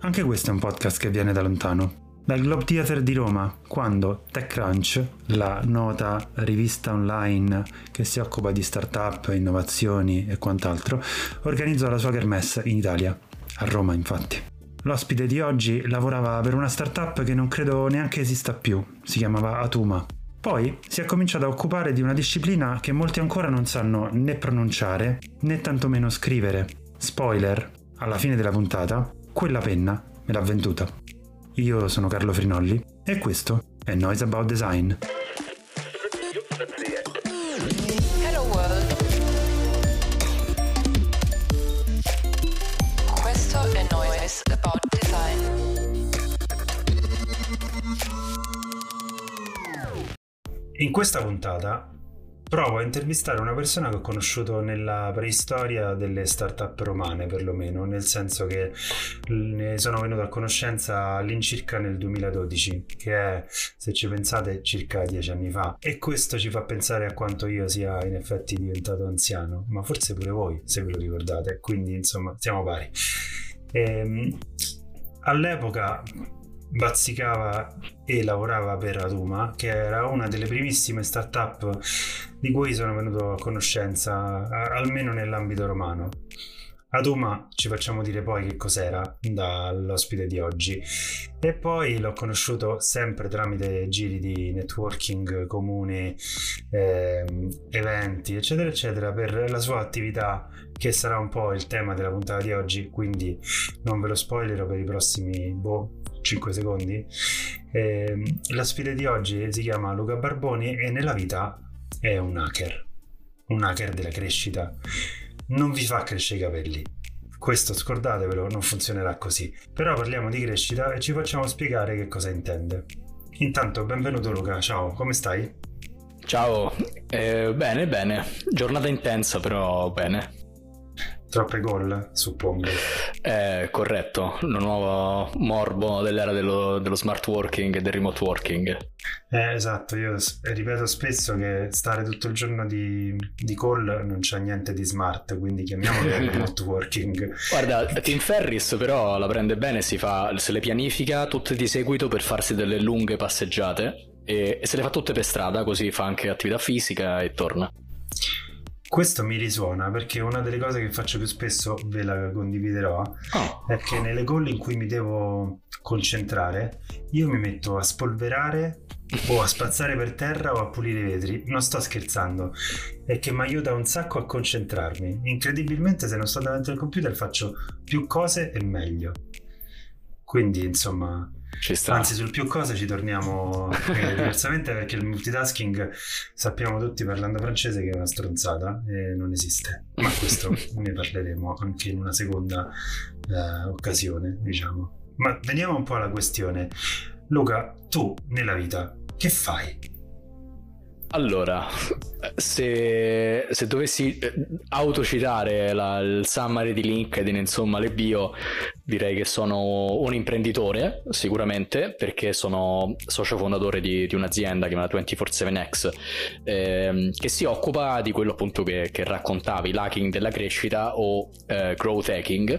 Anche questo è un podcast che viene da lontano, dal Globe Theatre di Roma, quando TechCrunch, la nota rivista online che si occupa di startup, innovazioni e quant'altro, organizzò la sua kermesse in Italia, a Roma infatti. L'ospite di oggi lavorava per una startup che non credo neanche esista più, si chiamava Atuma. Poi si è cominciato a occupare di una disciplina che molti ancora non sanno né pronunciare né tantomeno scrivere. Spoiler, alla fine della puntata, quella penna me l'ha venduta. Io sono Carlo Frinolli e questo è Noise About Design. Hello world. Questo è Noise About Design. In questa puntata provo a intervistare una persona che ho conosciuto nella preistoria delle start-up romane, perlomeno, nel senso che ne sono venuto a conoscenza all'incirca nel 2012, che è, se ci pensate, circa 10 anni fa. E questo ci fa pensare a quanto io sia in effetti diventato anziano, ma forse pure voi, se ve lo ricordate, quindi insomma siamo pari. All'epoca bazzicava e lavorava per Atuma, che era una delle primissime startup di cui sono venuto a conoscenza, almeno nell'ambito romano. Atuma ci facciamo dire poi che cos'era dall'ospite di oggi, e poi l'ho conosciuto sempre tramite giri di networking comuni, eventi eccetera eccetera, per la sua attività che sarà un po' il tema della puntata di oggi, quindi non ve lo spoilerò per i prossimi 5 secondi. L'ospite di oggi si chiama Luca Barboni e nella vita è un hacker della crescita. Non vi fa crescere i capelli, questo scordatevelo, non funzionerà così, però parliamo di crescita e ci facciamo spiegare che cosa intende. Intanto benvenuto Luca, ciao, come stai? Ciao, bene, giornata intensa però bene. Troppe call, suppongo. Corretto, il nuovo morbo dell'era dello smart working e del remote working. Esatto, io ripeto spesso che stare tutto il giorno di call non c'è niente di smart, quindi chiamiamolo remote working. Guarda, Tim Ferriss però la prende bene, se le pianifica tutte di seguito per farsi delle lunghe passeggiate e se le fa tutte per strada, così fa anche attività fisica e torna. Questo mi risuona perché una delle cose che faccio più spesso, ve la condividerò, è che nelle call in cui mi devo concentrare io mi metto a spolverare o a spazzare per terra o a pulire i vetri. Non sto scherzando, è che mi aiuta un sacco a concentrarmi. Incredibilmente, se non sto davanti al computer faccio più cose e meglio. Quindi insomma, ci sta. Anzi, sul più cose ci torniamo diversamente, perché il multitasking sappiamo tutti, parlando francese, che è una stronzata e non esiste, ma questo ne parleremo anche in una seconda occasione, diciamo. Ma veniamo un po' alla questione. Luca, tu nella vita che fai? Allora, se dovessi autocitare il summary di LinkedIn, insomma le bio, direi che sono un imprenditore sicuramente, perché sono socio fondatore di un'azienda chiamata 24/7X, che si occupa di quello appunto che raccontavi, l'hacking della crescita o growth hacking,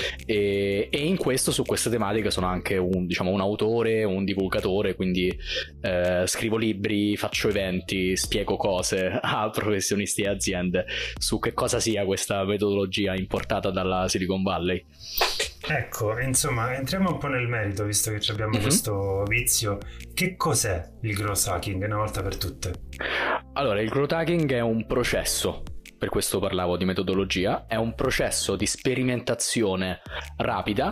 e in questo, su queste tematiche, sono anche un autore, un divulgatore, quindi scrivo libri, faccio eventi, spiego cose a professionisti e aziende su che cosa sia questa metodologia importata dalla Silicon Valley. Ecco, insomma, entriamo un po' nel merito, visto che abbiamo questo vizio. Che cos'è il growth hacking una volta per tutte? Allora, il growth hacking è un processo, per questo parlavo di metodologia, è un processo di sperimentazione rapida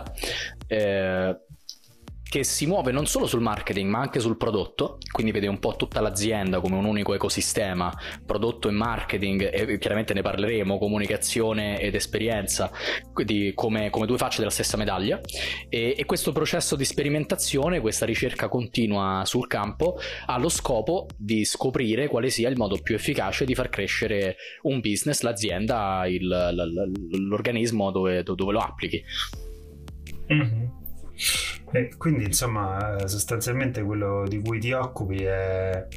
che si muove non solo sul marketing ma anche sul prodotto, quindi vede un po' tutta l'azienda come un unico ecosistema, prodotto e marketing, e chiaramente ne parleremo, comunicazione ed esperienza, quindi come due facce della stessa medaglia, e questo processo di sperimentazione, questa ricerca continua sul campo, ha lo scopo di scoprire quale sia il modo più efficace di far crescere un business, l'azienda, l'organismo dove lo applichi. Mm-hmm. Quindi insomma, sostanzialmente quello di cui ti occupi è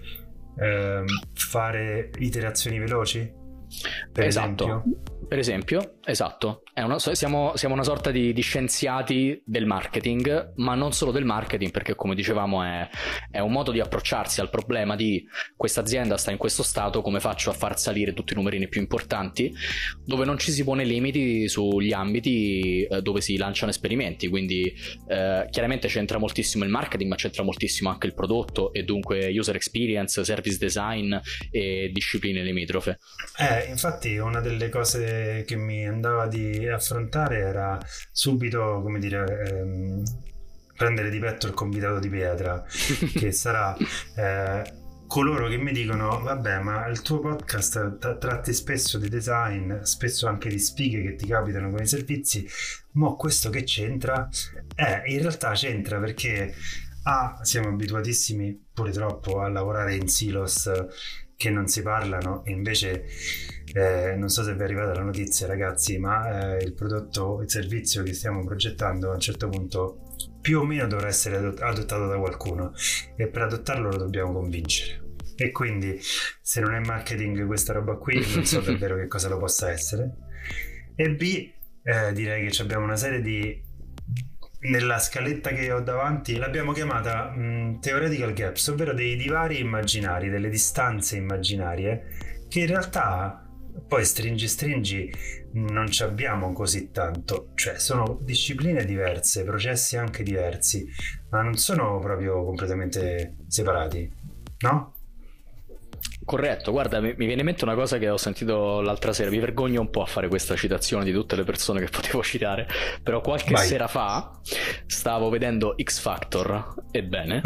fare iterazioni veloci? Per esempio, esatto, siamo una sorta di scienziati del marketing, ma non solo del marketing, perché come dicevamo è un modo di approcciarsi al problema di questa azienda sta in questo stato, come faccio a far salire tutti i numerini più importanti, dove non ci si pone limiti sugli ambiti dove si lanciano esperimenti. Quindi chiaramente c'entra moltissimo il marketing, ma c'entra moltissimo anche il prodotto e dunque user experience, service design e discipline limitrofe. Infatti una delle cose che mi andava di affrontare era subito, come dire, prendere di petto il convitato di pietra, che sarà coloro che mi dicono: vabbè, ma il tuo podcast tratti spesso di design, spesso anche di sfighe che ti capitano con i servizi, ma questo che c'entra? In realtà c'entra, perché siamo abituatissimi pure troppo a lavorare in silos che non si parlano, e invece non so se vi è arrivata la notizia, ragazzi, ma il prodotto, il servizio che stiamo progettando a un certo punto più o meno dovrà essere adottato da qualcuno, e per adottarlo lo dobbiamo convincere. E quindi se non è marketing questa roba qui, non so davvero che cosa lo possa essere. E B, direi che abbiamo una serie di... Nella scaletta che ho davanti l'abbiamo chiamata theoretical gaps, ovvero dei divari immaginari, delle distanze immaginarie che in realtà poi stringi non ci abbiamo così tanto, cioè sono discipline diverse, processi anche diversi, ma non sono proprio completamente separati, no? Corretto, guarda, mi viene in mente una cosa che ho sentito l'altra sera, mi vergogno un po' a fare questa citazione di tutte le persone che potevo citare, però qualche sera fa stavo vedendo X Factor, ebbene,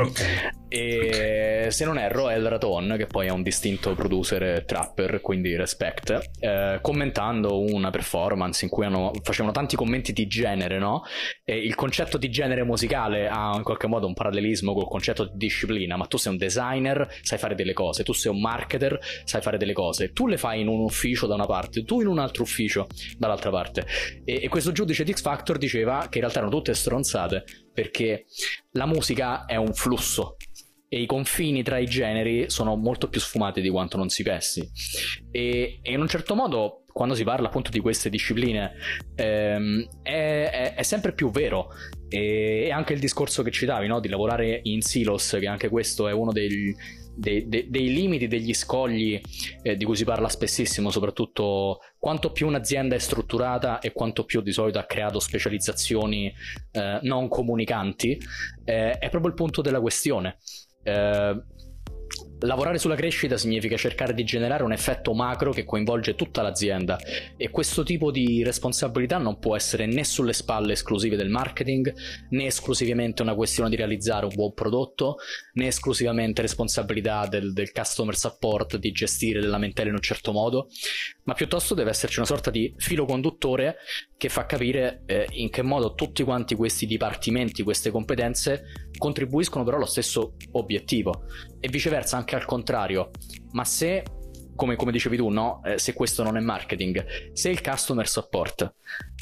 e se non erro è il Raton, che poi è un distinto producer e trapper, quindi respect, commentando una performance in cui facevano tanti commenti di genere, no? E il concetto di genere musicale ha in qualche modo un parallelismo col concetto di disciplina, ma tu sei un designer, sai fare delle cose, tu sei un marketer, sai fare delle cose, tu le fai in un ufficio da una parte, tu in un altro ufficio dall'altra parte, e questo giudice di X Factor diceva che in realtà erano tutte stronzate, perché la musica è un flusso e i confini tra i generi sono molto più sfumati di quanto non si pensi, e in un certo modo quando si parla appunto di queste discipline è sempre più vero. E anche il discorso che citavi, no? Di lavorare in silos, che anche questo è uno dei limiti, degli scogli di cui si parla spessissimo, soprattutto quanto più un'azienda è strutturata e quanto più di solito ha creato specializzazioni non comunicanti, è proprio il punto della questione. Lavorare sulla crescita significa cercare di generare un effetto macro che coinvolge tutta l'azienda, e questo tipo di responsabilità non può essere né sulle spalle esclusive del marketing, né esclusivamente una questione di realizzare un buon prodotto, né esclusivamente responsabilità del customer support di gestire le lamentele in un certo modo, ma piuttosto deve esserci una sorta di filo conduttore che fa capire in che modo tutti quanti questi dipartimenti, queste competenze contribuiscono però allo stesso obiettivo, e viceversa anche al contrario. Ma se, come dicevi tu, no? Se questo non è marketing, se il customer support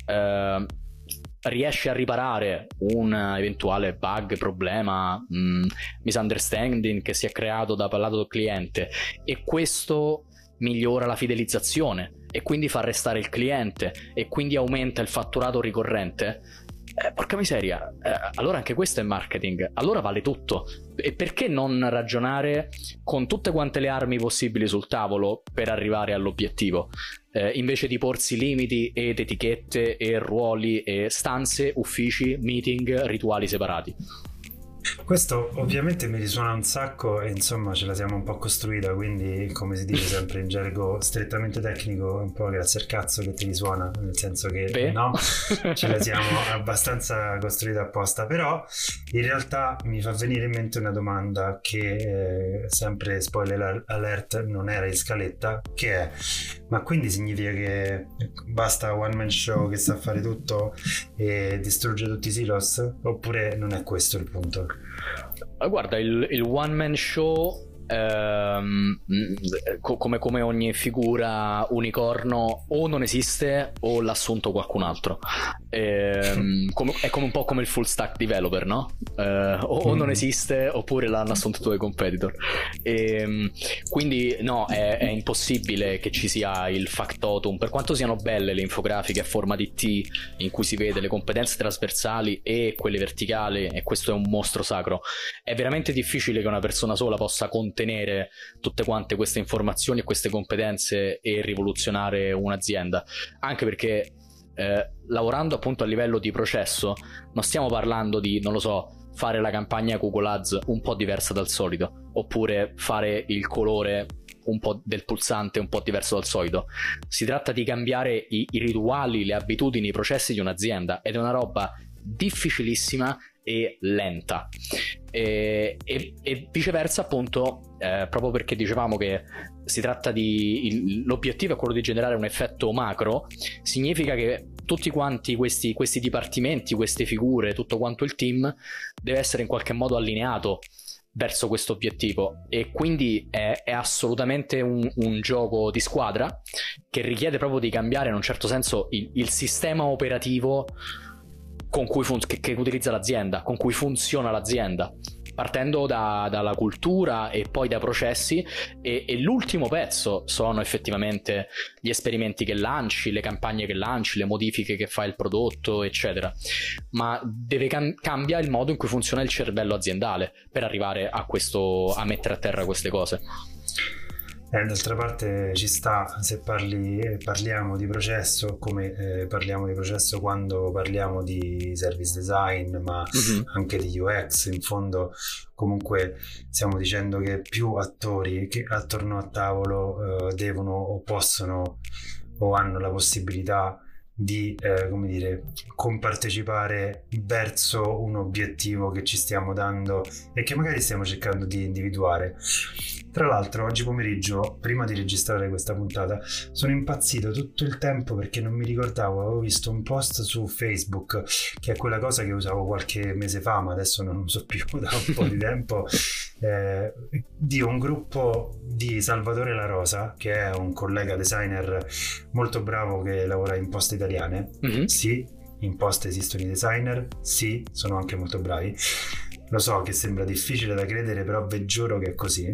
riesce a riparare un eventuale bug, problema, misunderstanding che si è creato da lato del cliente, e questo migliora la fidelizzazione e quindi fa restare il cliente e quindi aumenta il fatturato ricorrente, porca miseria, allora anche questo è marketing, allora vale tutto. E perché non ragionare con tutte quante le armi possibili sul tavolo per arrivare all'obiettivo, invece di porsi limiti ed etichette e ruoli e stanze, uffici, meeting, rituali separati. Questo ovviamente mi risuona un sacco, e insomma ce la siamo un po' costruita, quindi come si dice sempre in gergo strettamente tecnico, un po' grazie al cazzo che ti risuona, nel senso che no, ce la siamo abbastanza costruita apposta. Però in realtà mi fa venire in mente una domanda che sempre spoiler alert non era in scaletta, che è: ma quindi significa che basta one man show che sa fare tutto e distrugge tutti i silos, oppure non è questo il punto? Guarda, il one man show come ogni figura unicorno, o non esiste o l'ha assunto qualcun altro. È come un po' come il full stack developer, no? O non esiste oppure l'hanno assunto i tuoi competitor. Quindi no, è impossibile che ci sia il factotum, per quanto siano belle le infografiche a forma di T in cui si vede le competenze trasversali e quelle verticali, e questo è un mostro sacro. È veramente difficile che una persona sola possa contenere tutte quante queste informazioni e queste competenze e rivoluzionare un'azienda, anche perché lavorando appunto a livello di processo non stiamo parlando di, non lo so, fare la campagna Google Ads un po' diversa dal solito, oppure fare il colore un po' del pulsante un po' diverso dal solito. Si tratta di cambiare i rituali, le abitudini, i processi di un'azienda, ed è una roba difficilissima e lenta, e viceversa appunto, proprio perché dicevamo che si tratta l'obiettivo è quello di generare un effetto macro. Significa che tutti quanti questi dipartimenti, queste figure, tutto quanto il team deve essere in qualche modo allineato verso questo obiettivo, e quindi è assolutamente un gioco di squadra che richiede proprio di cambiare in un certo senso il sistema operativo con cui che utilizza l'azienda, con cui funziona l'azienda, partendo dalla cultura e poi dai processi, e l'ultimo pezzo sono effettivamente gli esperimenti che lanci, le campagne che lanci, le modifiche che fa il prodotto, eccetera. Ma deve cambia il modo in cui funziona il cervello aziendale per arrivare a mettere a terra queste cose. D'altra parte ci sta, se parliamo di processo, come parliamo di processo quando parliamo di service design, ma anche di UX. In fondo comunque stiamo dicendo che più attori che attorno a tavolo devono o possono o hanno la possibilità di compartecipare verso un obiettivo che ci stiamo dando e che magari stiamo cercando di individuare. Tra l'altro oggi pomeriggio, prima di registrare questa puntata, sono impazzito tutto il tempo perché non mi ricordavo, avevo visto un post su Facebook, che è quella cosa che usavo qualche mese fa, ma adesso non uso più da un po' di tempo, di un gruppo di Salvatore La Rosa, che è un collega designer molto bravo che lavora in Poste Italiane. Sì, in Poste esistono i designer, sì, sono anche molto bravi. Lo so che sembra difficile da credere, però vi giuro che è così.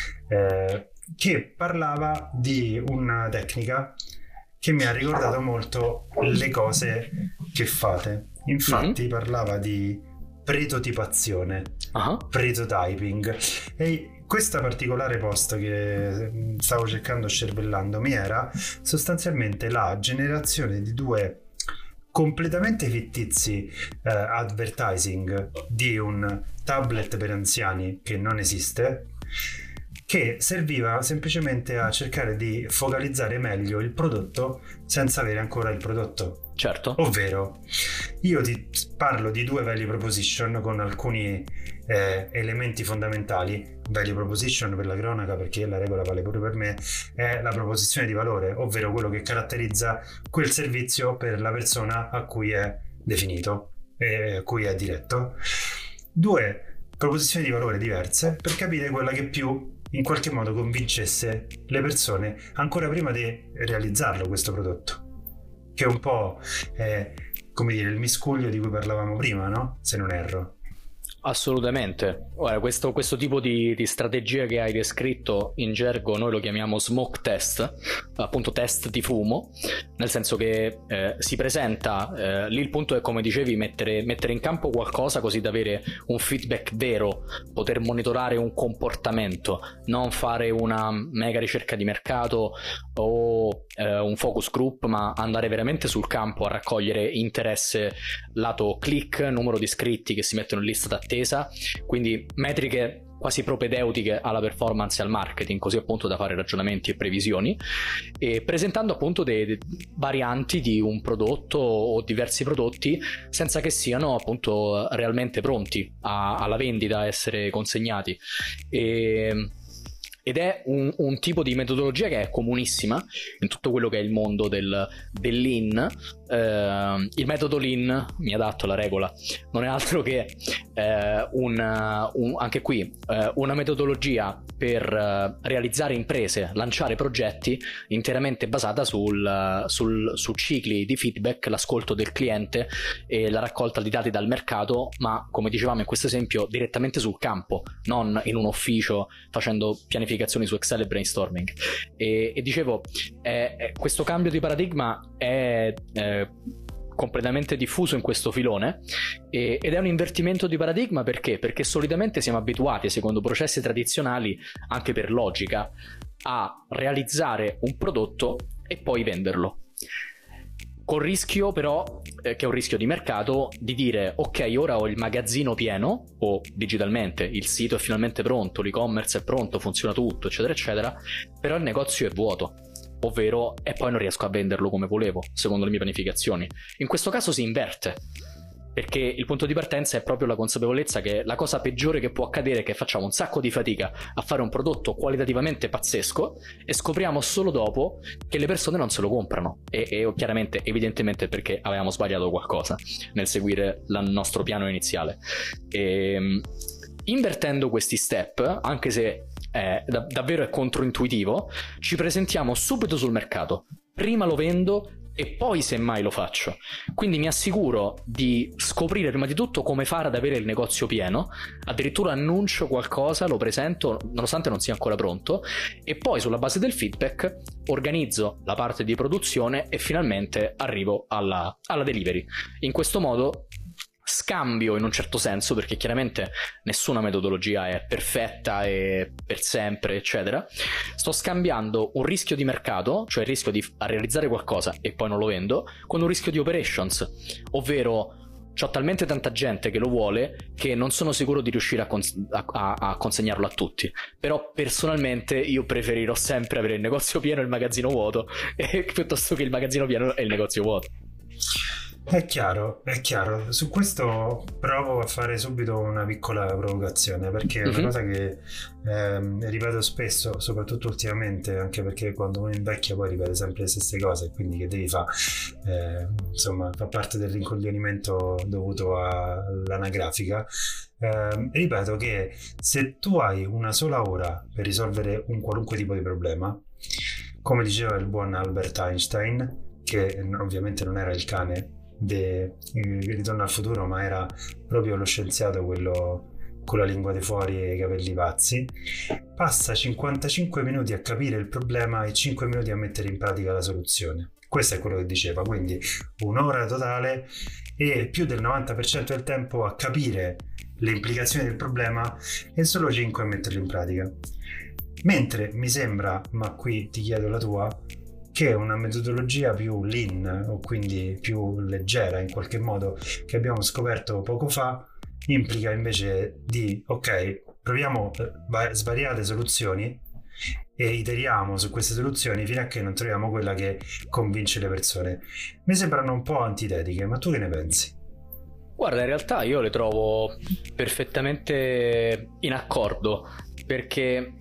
Che parlava di una tecnica che mi ha ricordato molto le cose che fate. Infatti parlava di prototipazione, prototyping, e questa particolare post che stavo cercando scervellando mi era sostanzialmente la generazione di due completamente fittizi advertising di un tablet per anziani che non esiste, che serviva semplicemente a cercare di focalizzare meglio il prodotto senza avere ancora il prodotto. Certo. Ovvero, io ti parlo di due value proposition con alcuni elementi fondamentali. Value proposition, per la cronaca, perché la regola vale pure per me, è la proposizione di valore, ovvero quello che caratterizza quel servizio per la persona a cui è definito e a cui è diretto. Due proposizioni di valore diverse per capire quella che più in qualche modo convincesse le persone ancora prima di realizzarlo, questo prodotto, che è un po' come dire il miscuglio di cui parlavamo prima, no? Se non erro. Assolutamente. Guarda, questo tipo di strategia che hai descritto in gergo noi lo chiamiamo smoke test, appunto test di fumo, nel senso che si presenta, lì il punto è, come dicevi, mettere in campo qualcosa così da avere un feedback vero, poter monitorare un comportamento, non fare una mega ricerca di mercato o un focus group, ma andare veramente sul campo a raccogliere interesse lato click, numero di iscritti che si mettono in lista d'attesa, quindi metriche quasi propedeutiche alla performance e al marketing, così appunto da fare ragionamenti e previsioni, e presentando appunto delle varianti di un prodotto o diversi prodotti senza che siano appunto realmente pronti alla vendita, a essere consegnati. Ed è un tipo di metodologia che è comunissima in tutto quello che è il mondo del Lean. Il metodo Lean, mi adatto alla regola, non è altro che anche qui una metodologia per realizzare imprese, lanciare progetti interamente basata su cicli di feedback, l'ascolto del cliente e la raccolta di dati dal mercato, ma come dicevamo in questo esempio direttamente sul campo, non in un ufficio facendo pianificazioni su Excel e brainstorming. E dicevo, questo cambio di paradigma è completamente diffuso in questo filone ed è un invertimento di paradigma. Perché solitamente siamo abituati, secondo processi tradizionali, anche per logica, a realizzare un prodotto e poi venderlo, col rischio però, che è un rischio di mercato, di dire ok, ora ho il magazzino pieno, o digitalmente il sito è finalmente pronto, l'e-commerce è pronto, funziona tutto, eccetera eccetera, però il negozio è vuoto, ovvero e poi non riesco a venderlo come volevo secondo le mie pianificazioni. In questo caso si inverte, perché il punto di partenza è proprio la consapevolezza che la cosa peggiore che può accadere è che facciamo un sacco di fatica a fare un prodotto qualitativamente pazzesco e scopriamo solo dopo che le persone non se lo comprano, e chiaramente, evidentemente, perché avevamo sbagliato qualcosa nel seguire il nostro piano iniziale. Invertendo questi step, anche se davvero è controintuitivo, ci presentiamo subito sul mercato, prima lo vendo e poi semmai lo faccio. Quindi mi assicuro di scoprire prima di tutto come fare ad avere il negozio pieno, addirittura annuncio qualcosa, lo presento nonostante non sia ancora pronto, e poi sulla base del feedback organizzo la parte di produzione e finalmente arrivo alla delivery. In questo modo scambio, in un certo senso, perché chiaramente nessuna metodologia è perfetta e per sempre eccetera, sto scambiando un rischio di mercato, cioè il rischio di realizzare qualcosa e poi non lo vendo, con un rischio di operations, ovvero c'ho talmente tanta gente che lo vuole che non sono sicuro di riuscire a consegnarlo a tutti. Però personalmente io preferirò sempre avere il negozio pieno e il magazzino vuoto piuttosto che il magazzino pieno e il negozio vuoto. È chiaro. Su questo provo a fare subito una piccola provocazione, perché è una cosa che ripeto spesso, soprattutto ultimamente, anche perché quando uno invecchia poi ripete sempre le stesse cose, quindi che devi fare? Insomma, fa parte del rincoglionimento dovuto all'anagrafica. Ripeto che se tu hai una sola ora per risolvere un qualunque tipo di problema, come diceva il buon Albert Einstein, che ovviamente non era il cane di Ritorno al futuro, ma era proprio lo scienziato, quello con la lingua di fuori e i capelli pazzi, passa 55 minuti a capire il problema e 5 minuti a mettere in pratica la soluzione. Questo è quello che diceva, quindi un'ora totale e più del 90% del tempo a capire le implicazioni del problema e solo 5 a metterlo in pratica. Mentre mi sembra, ma qui ti chiedo la tua, che una metodologia più lean, o quindi più leggera in qualche modo, che abbiamo scoperto poco fa, implica invece di ok, proviamo svariate soluzioni e iteriamo su queste soluzioni fino a che non troviamo quella che convince le persone. Mi sembrano un po' antitetiche, ma tu che ne pensi? Guarda, in realtà io le trovo perfettamente in accordo, perché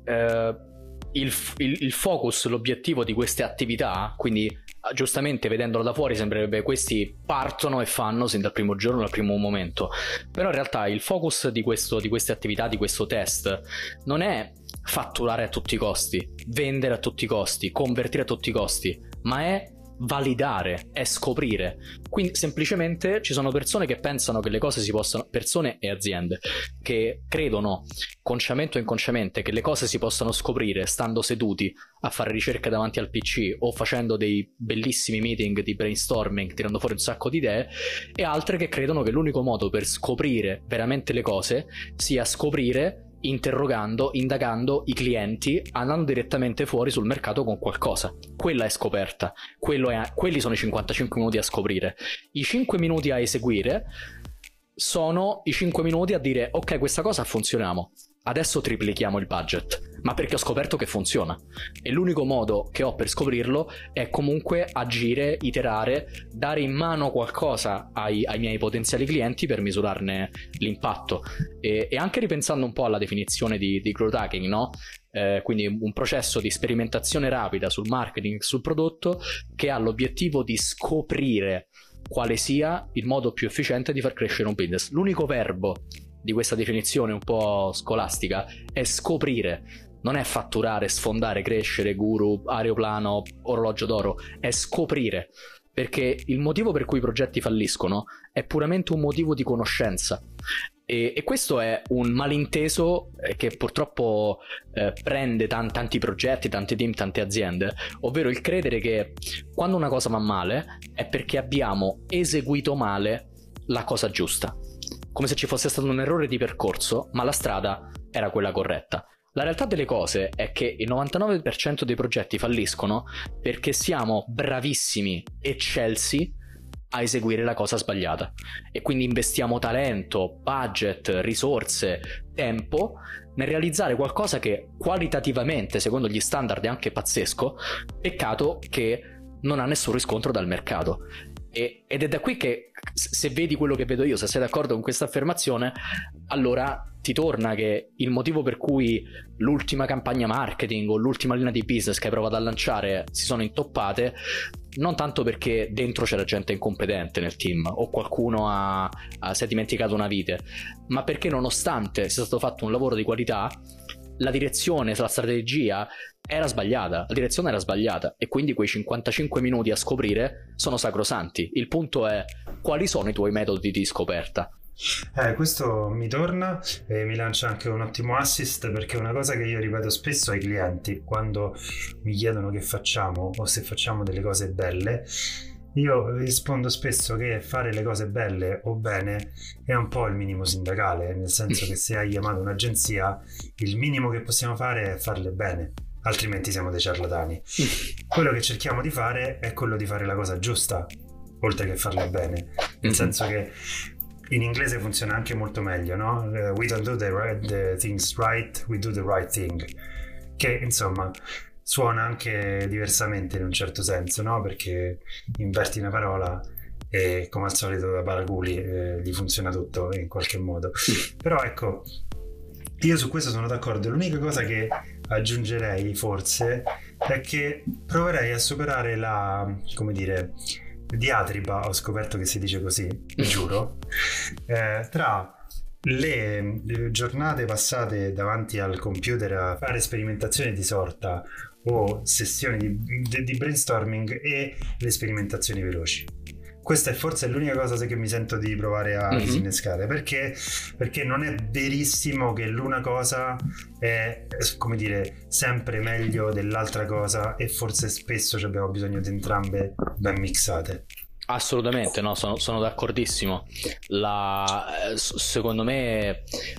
il focus, l'obiettivo di queste attività, quindi giustamente vedendolo da fuori sembrerebbe questi partono e fanno sin dal primo giorno, dal primo momento, però in realtà il focus di queste attività, di questo test, non è fatturare a tutti i costi, vendere a tutti i costi, convertire a tutti i costi, ma è validare, è scoprire. Quindi semplicemente ci sono persone che pensano che le cose si possano, persone e aziende che credono consciamente o inconsciamente che le cose si possano scoprire stando seduti a fare ricerca davanti al PC o facendo dei bellissimi meeting di brainstorming tirando fuori un sacco di idee, e altre che credono che l'unico modo per scoprire veramente le cose sia scoprire interrogando, indagando i clienti, andando direttamente fuori sul mercato con qualcosa. Quella è scoperta, quelli sono i 55 minuti a scoprire. I 5 minuti a eseguire sono i 5 minuti a dire ok, questa cosa funzioniamo, adesso triplichiamo il budget, ma perché ho scoperto che funziona, e l'unico modo che ho per scoprirlo è comunque agire, iterare, dare in mano qualcosa ai miei potenziali clienti per misurarne l'impatto, e anche ripensando un po' alla definizione di growth hacking, no? Quindi un processo di sperimentazione rapida sul marketing, sul prodotto, che ha l'obiettivo di scoprire quale sia il modo più efficiente di far crescere un business. L'unico verbo di questa definizione un po' scolastica è scoprire. Non è fatturare, sfondare, crescere, guru, aeroplano, orologio d'oro, è scoprire. Perché il motivo per cui i progetti falliscono è puramente un motivo di conoscenza. E questo è un malinteso che purtroppo prende tanti progetti, tanti team, tante aziende, ovvero il credere che quando una cosa va male è perché abbiamo eseguito male la cosa giusta, come se ci fosse stato un errore di percorso, ma la strada era quella corretta. La realtà delle cose è che il 99% dei progetti falliscono perché siamo bravissimi, eccelsi a eseguire la cosa sbagliata, e quindi investiamo talento, budget, risorse, tempo nel realizzare qualcosa che qualitativamente, secondo gli standard, è anche pazzesco. Peccato che non ha nessun riscontro dal mercato. Ed è da qui che, se vedi quello che vedo io, se sei d'accordo con questa affermazione, allora ti torna che il motivo per cui l'ultima campagna marketing o l'ultima linea di business che hai provato a lanciare si sono intoppate, non tanto perché dentro c'era gente incompetente nel team o qualcuno si è dimenticato una vite, ma perché nonostante sia stato fatto un lavoro di qualità, la direzione, la strategia era sbagliata, la direzione era sbagliata, e quindi quei 55 minuti a scoprire sono sacrosanti. Il punto è: quali sono i tuoi metodi di scoperta? Questo mi torna e mi lancia anche un ottimo assist, perché è una cosa che io ripeto spesso ai clienti quando mi chiedono che facciamo o se facciamo delle cose belle. Io rispondo spesso che fare le cose belle o bene è un po' il minimo sindacale, nel senso che se hai chiamato un'agenzia, il minimo che possiamo fare è farle bene, altrimenti siamo dei ciarlatani. Quello che cerchiamo di fare è quello di fare la cosa giusta, oltre che farla bene, nel senso che in inglese funziona anche molto meglio, no? We don't do the things right, we do the right thing, che insomma suona anche diversamente in un certo senso, no? Perché inverti una parola e, come al solito, da paraculi gli funziona tutto in qualche modo. Però ecco, io su questo sono d'accordo. L'unica cosa che aggiungerei forse è che proverei a superare la, come dire, diatriba, ho scoperto che si dice così, giuro, tra le giornate passate davanti al computer a fare sperimentazioni di sorta o sessioni di brainstorming e le sperimentazioni veloci. Questa è forse l'unica cosa che mi sento di provare a disinnescare, perché non è verissimo che l'una cosa è, come dire, sempre meglio dell'altra cosa, e forse spesso abbiamo bisogno di entrambe ben mixate. Assolutamente, no, sono d'accordissimo. Secondo me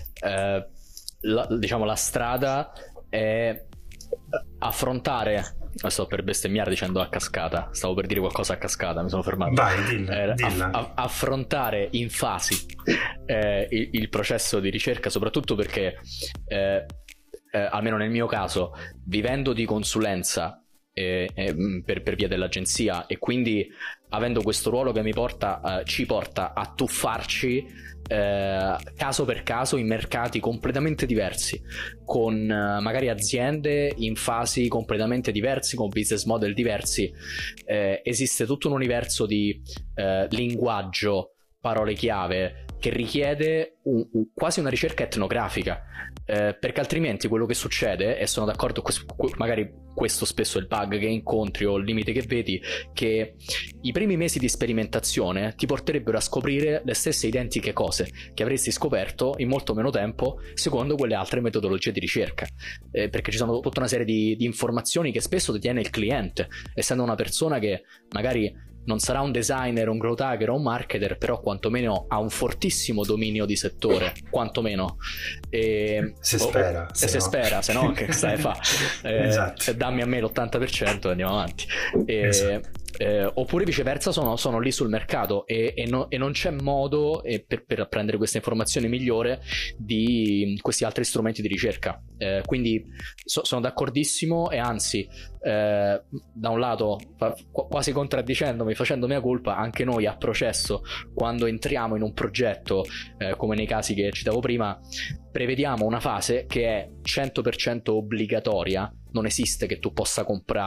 diciamo la strada è affrontare, sto per bestemmiare dicendo a cascata, stavo per dire qualcosa a cascata, mi sono fermato. Vai, dilla. Affrontare in fasi il processo di ricerca, soprattutto perché almeno nel mio caso, vivendo di consulenza per via dell'agenzia, e quindi avendo questo ruolo che ci porta a tuffarci caso per caso in mercati completamente diversi, con magari aziende in fasi completamente diversi, con business model diversi, esiste tutto un universo di linguaggio, parole chiave, che richiede quasi una ricerca etnografica, perché altrimenti quello che succede, e sono d'accordo, magari questo spesso è il bug che incontri o il limite che vedi, che i primi mesi di sperimentazione ti porterebbero a scoprire le stesse identiche cose che avresti scoperto in molto meno tempo secondo quelle altre metodologie di ricerca, perché ci sono tutta una serie di informazioni che spesso detiene il cliente, essendo una persona che magari non sarà un designer, un growth hacker o un marketer, però quantomeno ha un fortissimo dominio di settore, quantomeno. Se spera, se no che stai a fa? Esatto. Dammi a me l'80% e andiamo avanti. Esatto. Oppure viceversa sono lì sul mercato e non c'è modo per prendere queste informazioni migliore di questi altri strumenti di ricerca. Quindi sono d'accordissimo, e anzi da un lato, quasi contraddicendomi, facendo mea colpa, anche noi a processo, quando entriamo in un progetto, come nei casi che citavo prima, prevediamo una fase che è 100% obbligatoria. Non esiste che tu possa comprare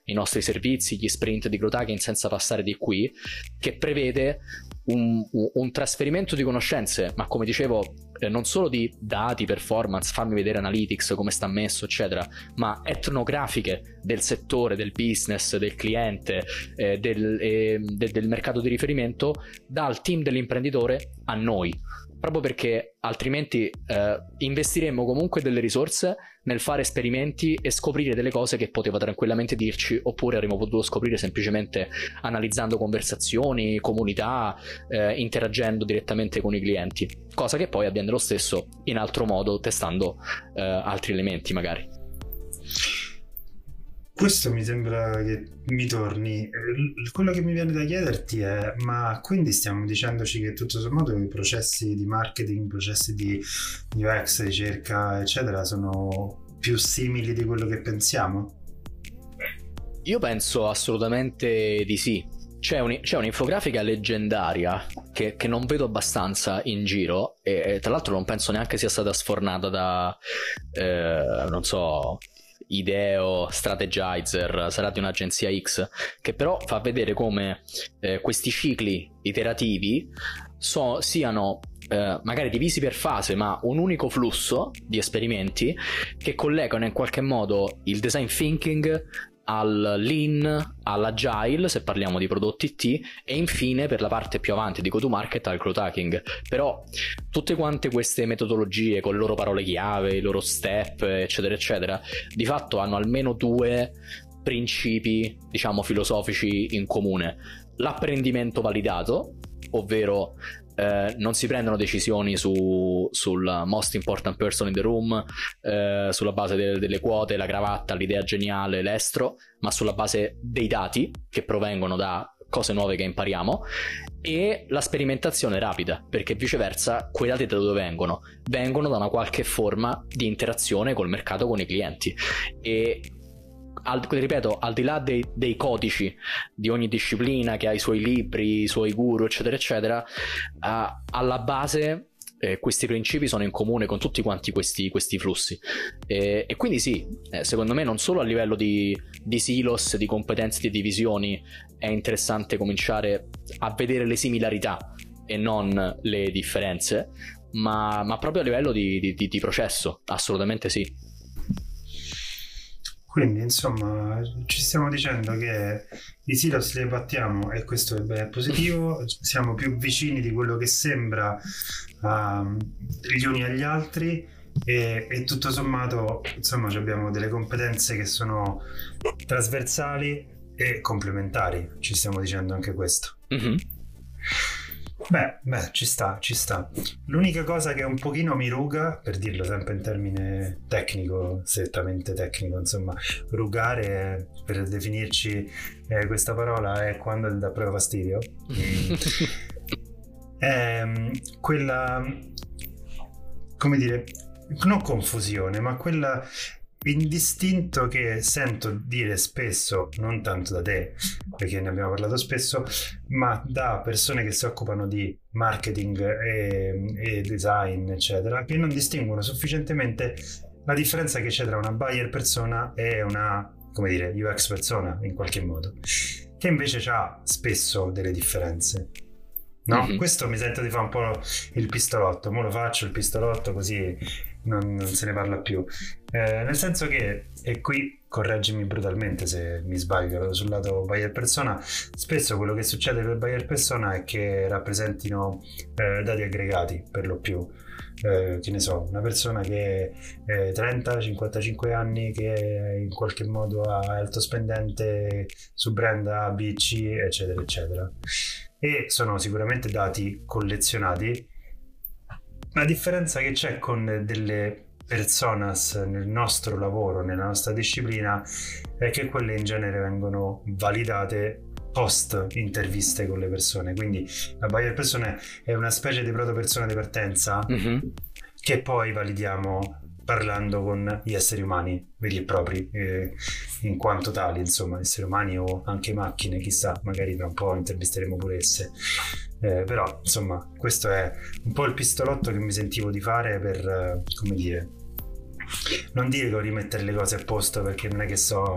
i nostri servizi, gli sprint di growth hacking senza passare di qui, che prevede un trasferimento di conoscenze, ma come dicevo non solo di dati, performance, fammi vedere analytics, come sta messo eccetera, ma etnografiche del settore, del business, del cliente, del mercato di riferimento, dal team dell'imprenditore a noi, proprio perché altrimenti investiremmo comunque delle risorse nel fare esperimenti e scoprire delle cose che poteva tranquillamente dirci, oppure avremmo potuto scoprire semplicemente analizzando conversazioni, comunità, interagendo direttamente con i clienti, cosa che poi avviene lo stesso in altro modo, testando altri elementi magari. Questo mi sembra che mi torni. Quello che mi viene da chiederti è: ma quindi stiamo dicendoci che tutto sommato i processi di marketing, i processi di UX, ricerca, eccetera, sono più simili di quello che pensiamo? Io penso assolutamente di sì. C'è un'infografica leggendaria che non vedo abbastanza in giro, e tra l'altro non penso neanche sia stata sfornata da non so, Ideo, Strategizer, sarà di un'agenzia X, che però fa vedere come questi cicli iterativi siano magari divisi per fase, ma un unico flusso di esperimenti che collegano in qualche modo il design thinking al lean, all'agile se parliamo di prodotti IT, e infine per la parte più avanti di go to market al growth hacking. Però tutte quante queste metodologie con le loro parole chiave, i loro step eccetera eccetera, di fatto hanno almeno due principi, diciamo, filosofici in comune: l'apprendimento validato, ovvero non si prendono decisioni sul most important person in the room sulla base delle quote, la cravatta, l'idea geniale, l'estro, ma sulla base dei dati che provengono da cose nuove che impariamo, e la sperimentazione rapida, perché viceversa quei dati da dove vengono? Vengono da una qualche forma di interazione col mercato, con i clienti. E ripeto, al di là dei codici di ogni disciplina che ha i suoi libri, i suoi guru eccetera eccetera, alla base questi principi sono in comune con tutti quanti questi flussi, e quindi sì, secondo me non solo a livello di silos, di competenze, di divisioni è interessante cominciare a vedere le similarità e non le differenze, ma proprio a livello di processo, assolutamente sì. Quindi insomma ci stiamo dicendo che i silos li battiamo, e questo è positivo, siamo più vicini di quello che sembra gli uni agli altri, e tutto sommato insomma abbiamo delle competenze che sono trasversali e complementari, ci stiamo dicendo anche questo. Mm-hmm. Beh, ci sta. L'unica cosa che un pochino mi ruga, per dirlo sempre in termine tecnico, strettamente tecnico, insomma, rugare, per definirci questa parola, è quando dà proprio fastidio. Quella, come dire, non confusione, ma quella indistinto che sento dire spesso, non tanto da te perché ne abbiamo parlato spesso, ma da persone che si occupano di marketing e design eccetera, che non distinguono sufficientemente la differenza che c'è tra una buyer persona e una, come dire, UX persona, in qualche modo, che invece ha spesso delle differenze. No, mm-hmm. Questo mi sento di fare un po' il pistolotto, mo lo faccio il pistolotto così non se ne parla più, nel senso che, e qui correggimi brutalmente se mi sbaglio, sul lato buyer persona spesso quello che succede per buyer persona è che rappresentino dati aggregati per lo più, che ne so, una persona che è 30-55 anni, che in qualche modo è alto spendente su brand A, B, C eccetera eccetera, e sono sicuramente dati collezionati. La differenza che c'è con delle personas nel nostro lavoro, nella nostra disciplina, è che quelle in genere vengono validate post interviste con le persone, quindi la buyer persona è una specie di proto-persona di partenza, mm-hmm. che poi validiamo parlando con gli esseri umani veri e propri, in quanto tali, insomma, esseri umani o anche macchine, chissà, magari tra un po' intervisteremo pure esse. Però insomma questo è un po' il pistolotto che mi sentivo di fare per come dire, non dire che rimettere le cose a posto, perché non è che so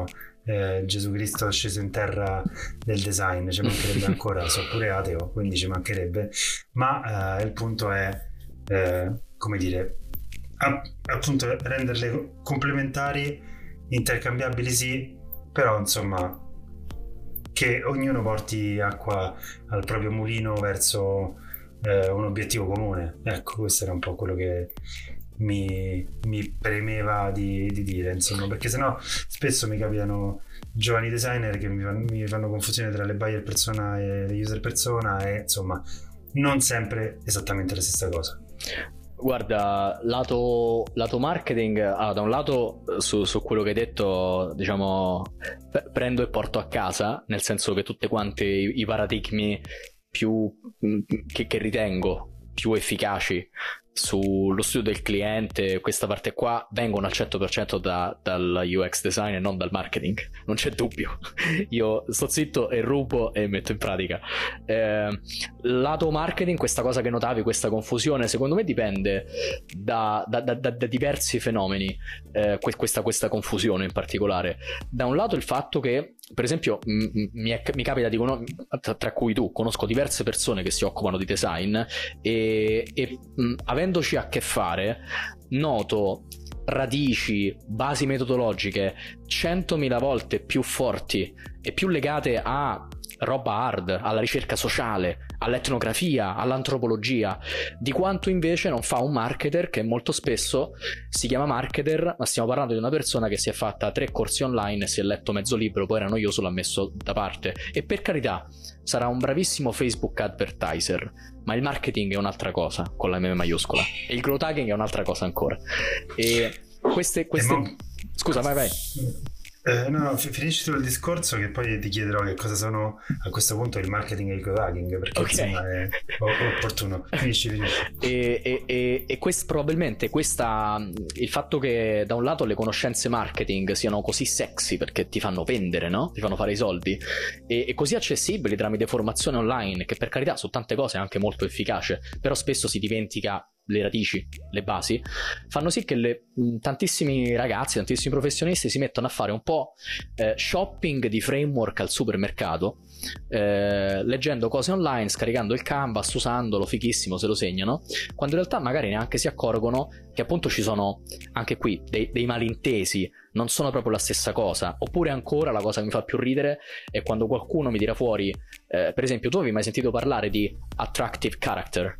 Gesù Cristo sceso in terra del design, ci mancherebbe ancora, sono pure ateo, quindi ci mancherebbe, ma il punto è come dire, appunto renderle complementari, intercambiabili sì, però insomma che ognuno porti acqua al proprio mulino verso un obiettivo comune. Ecco, questo era un po' quello che mi premeva di dire, insomma, perché sennò spesso mi capitano giovani designer che mi fanno confusione tra le buyer persona e le user persona, e insomma non sempre esattamente la stessa cosa. Guarda, lato marketing, da un lato su quello che hai detto, diciamo, prendo e porto a casa, nel senso che tutti quanti i paradigmi più che ritengo più efficaci sullo studio del cliente, questa parte qua, vengono al 100% dal UX design e non dal marketing, non c'è dubbio. Io sto zitto e rubo e metto in pratica. Lato marketing, questa cosa che notavi, questa confusione, secondo me dipende da diversi fenomeni, questa confusione in particolare. Da un lato il fatto che, per esempio, mi capita di tra cui tu, conosco diverse persone che si occupano di design e avendoci a che fare, noto radici, basi metodologiche 100.000 volte più forti e più legate a roba hard, alla ricerca sociale, all'etnografia, all'antropologia, di quanto invece non fa un marketer, che molto spesso si chiama marketer, ma stiamo parlando di una persona che si è fatta 3 corsi online, si è letto mezzo libro, poi era noioso, l'ha messo da parte. E per carità, sarà un bravissimo Facebook advertiser, ma il marketing è un'altra cosa, con la M maiuscola, e il growth hacking è un'altra cosa ancora. E queste... Scusa, vai. No, finisci tu il discorso, che poi ti chiederò che cosa sono a questo punto il marketing e il growth hacking, perché okay, insomma è opportuno. Finisci. E probabilmente il fatto che da un lato le conoscenze marketing siano così sexy perché ti fanno vendere, no? Ti fanno fare i soldi, e così accessibili tramite formazione online, che per carità su tante cose è anche molto efficace, però spesso si dimentica le radici, le basi, fanno sì che tantissimi ragazzi, tantissimi professionisti si mettono a fare un po' shopping di framework al supermercato, leggendo cose online, scaricando il canvas, usandolo, fighissimo, se lo segnano, quando in realtà magari neanche si accorgono che appunto ci sono anche qui dei malintesi, non sono proprio la stessa cosa. Oppure ancora, la cosa che mi fa più ridere è quando qualcuno mi tira fuori, per esempio, tu avevi mai sentito parlare di attractive character?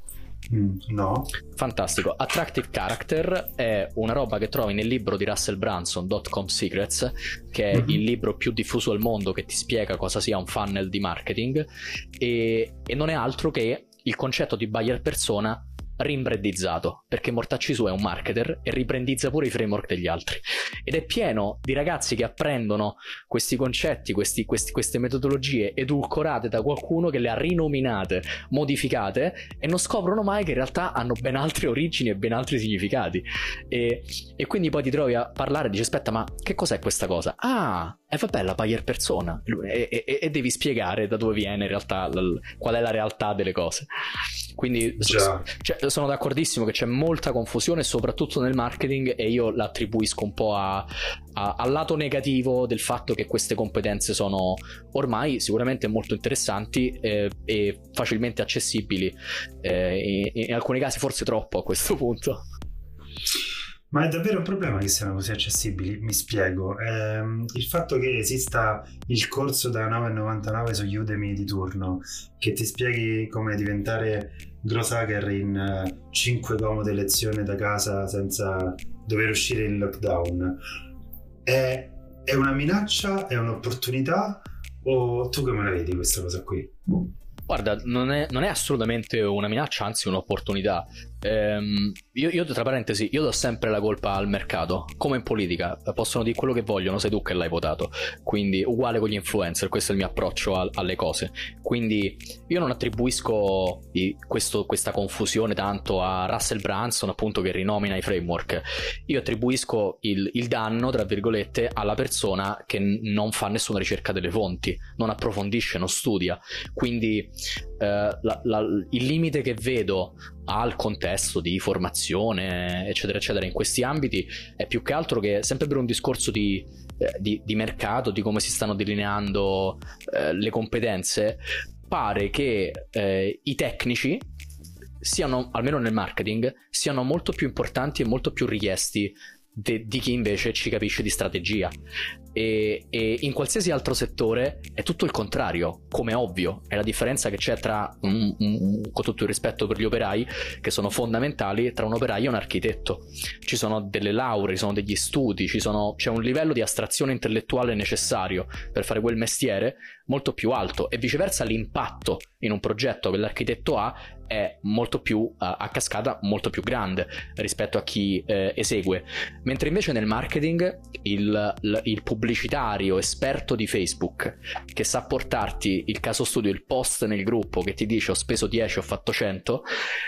No. Fantastico. Attractive character è una roba che trovi nel libro di Russell Brunson, Dotcom Secrets, che è il libro più diffuso al mondo che ti spiega cosa sia un funnel di marketing, e non è altro che il concetto di buyer persona rimbrandizzato, perché mortacci su è un marketer e ribrandizza pure i framework degli altri, ed è pieno di ragazzi che apprendono questi concetti, queste metodologie edulcorate da qualcuno che le ha rinominate, modificate, e non scoprono mai che in realtà hanno ben altre origini e ben altri significati, e quindi poi ti trovi a parlare e dici: aspetta, ma che cos'è questa cosa? Vabbè, la buyer persona, e devi spiegare da dove viene in realtà, qual è la realtà delle cose. Quindi sono d'accordissimo che c'è molta confusione, soprattutto nel marketing, e io l'attribuisco un po' al lato negativo del fatto che queste competenze sono ormai sicuramente molto interessanti e facilmente accessibili, in alcuni casi forse troppo a questo punto. Ma è davvero un problema che siano così accessibili? Mi spiego. Il fatto che esista il corso da 9,99 su Udemy di turno, che ti spieghi come diventare growth hacker in 5 comode lezioni da casa senza dover uscire in lockdown, è una minaccia? È un'opportunità? O tu come la vedi questa cosa qui? Guarda, non è assolutamente una minaccia, anzi un'opportunità. Io tra parentesi, io do sempre la colpa al mercato, come in politica, possono dire quello che vogliono, sei tu che l'hai votato, quindi uguale con gli influencer, questo è il mio approccio alle cose. Quindi io non attribuisco questa confusione tanto a Russell Brunson, appunto, che rinomina i framework. Io attribuisco il danno, tra virgolette, alla persona che non fa nessuna ricerca delle fonti, non approfondisce, non studia. Quindi il limite che vedo al contesto di formazione, eccetera eccetera, in questi ambiti è più che altro che, sempre per un discorso di di mercato, di come si stanno delineando le competenze, pare che i tecnici siano, almeno nel marketing, siano molto più importanti e molto più richiesti di chi invece ci capisce di strategia. E in qualsiasi altro settore è tutto il contrario, come ovvio. È la differenza che c'è tra con tutto il rispetto per gli operai, che sono fondamentali, tra un operaio e un architetto. Ci sono delle lauree, ci sono degli studi, c'è un livello di astrazione intellettuale necessario per fare quel mestiere molto più alto, e viceversa l'impatto in un progetto che l'architetto ha è molto più a cascata, molto più grande rispetto a chi esegue. Mentre invece nel marketing il pubblicitario esperto di Facebook, che sa portarti il caso studio, il post nel gruppo che ti dice ho speso 10, ho fatto 100,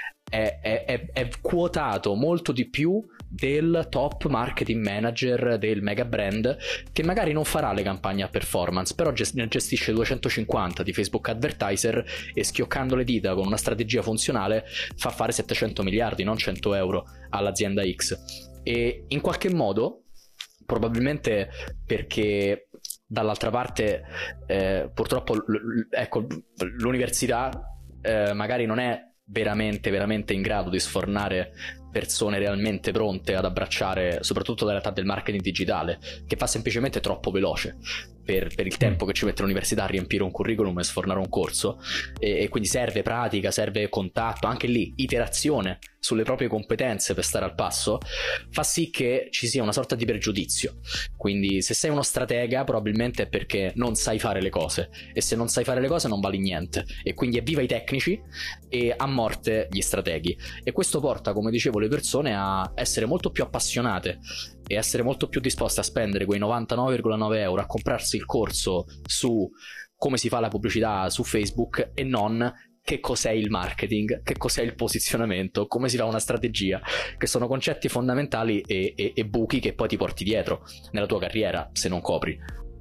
è quotato molto di più del top marketing manager del mega brand, che magari non farà le campagne a performance, però ne gestisce 250 di Facebook advertiser, e schioccando le dita con una strategia funzionale fa fare 700 miliardi, non 100 euro all'azienda X. E in qualche modo, probabilmente perché dall'altra parte purtroppo ecco, l'università magari non è veramente in grado di sfornare persone realmente pronte ad abbracciare soprattutto la realtà del marketing digitale, che fa semplicemente troppo veloce per il tempo che ci mette l'università a riempire un curriculum e sfornare un corso, e quindi serve pratica, serve contatto, anche lì iterazione sulle proprie competenze per stare al passo, fa sì che ci sia una sorta di pregiudizio. Quindi se sei uno stratega probabilmente è perché non sai fare le cose, e se non sai fare le cose non vali niente, e quindi evviva i tecnici e a morte gli strateghi. E questo porta, come dicevo, le persone a essere molto più appassionate e essere molto più disposte a spendere quei 99,9 euro a comprarsi il corso su come si fa la pubblicità su Facebook, e non che cos'è il marketing, che cos'è il posizionamento, come si fa una strategia, che sono concetti fondamentali e buchi che poi ti porti dietro nella tua carriera se non copri.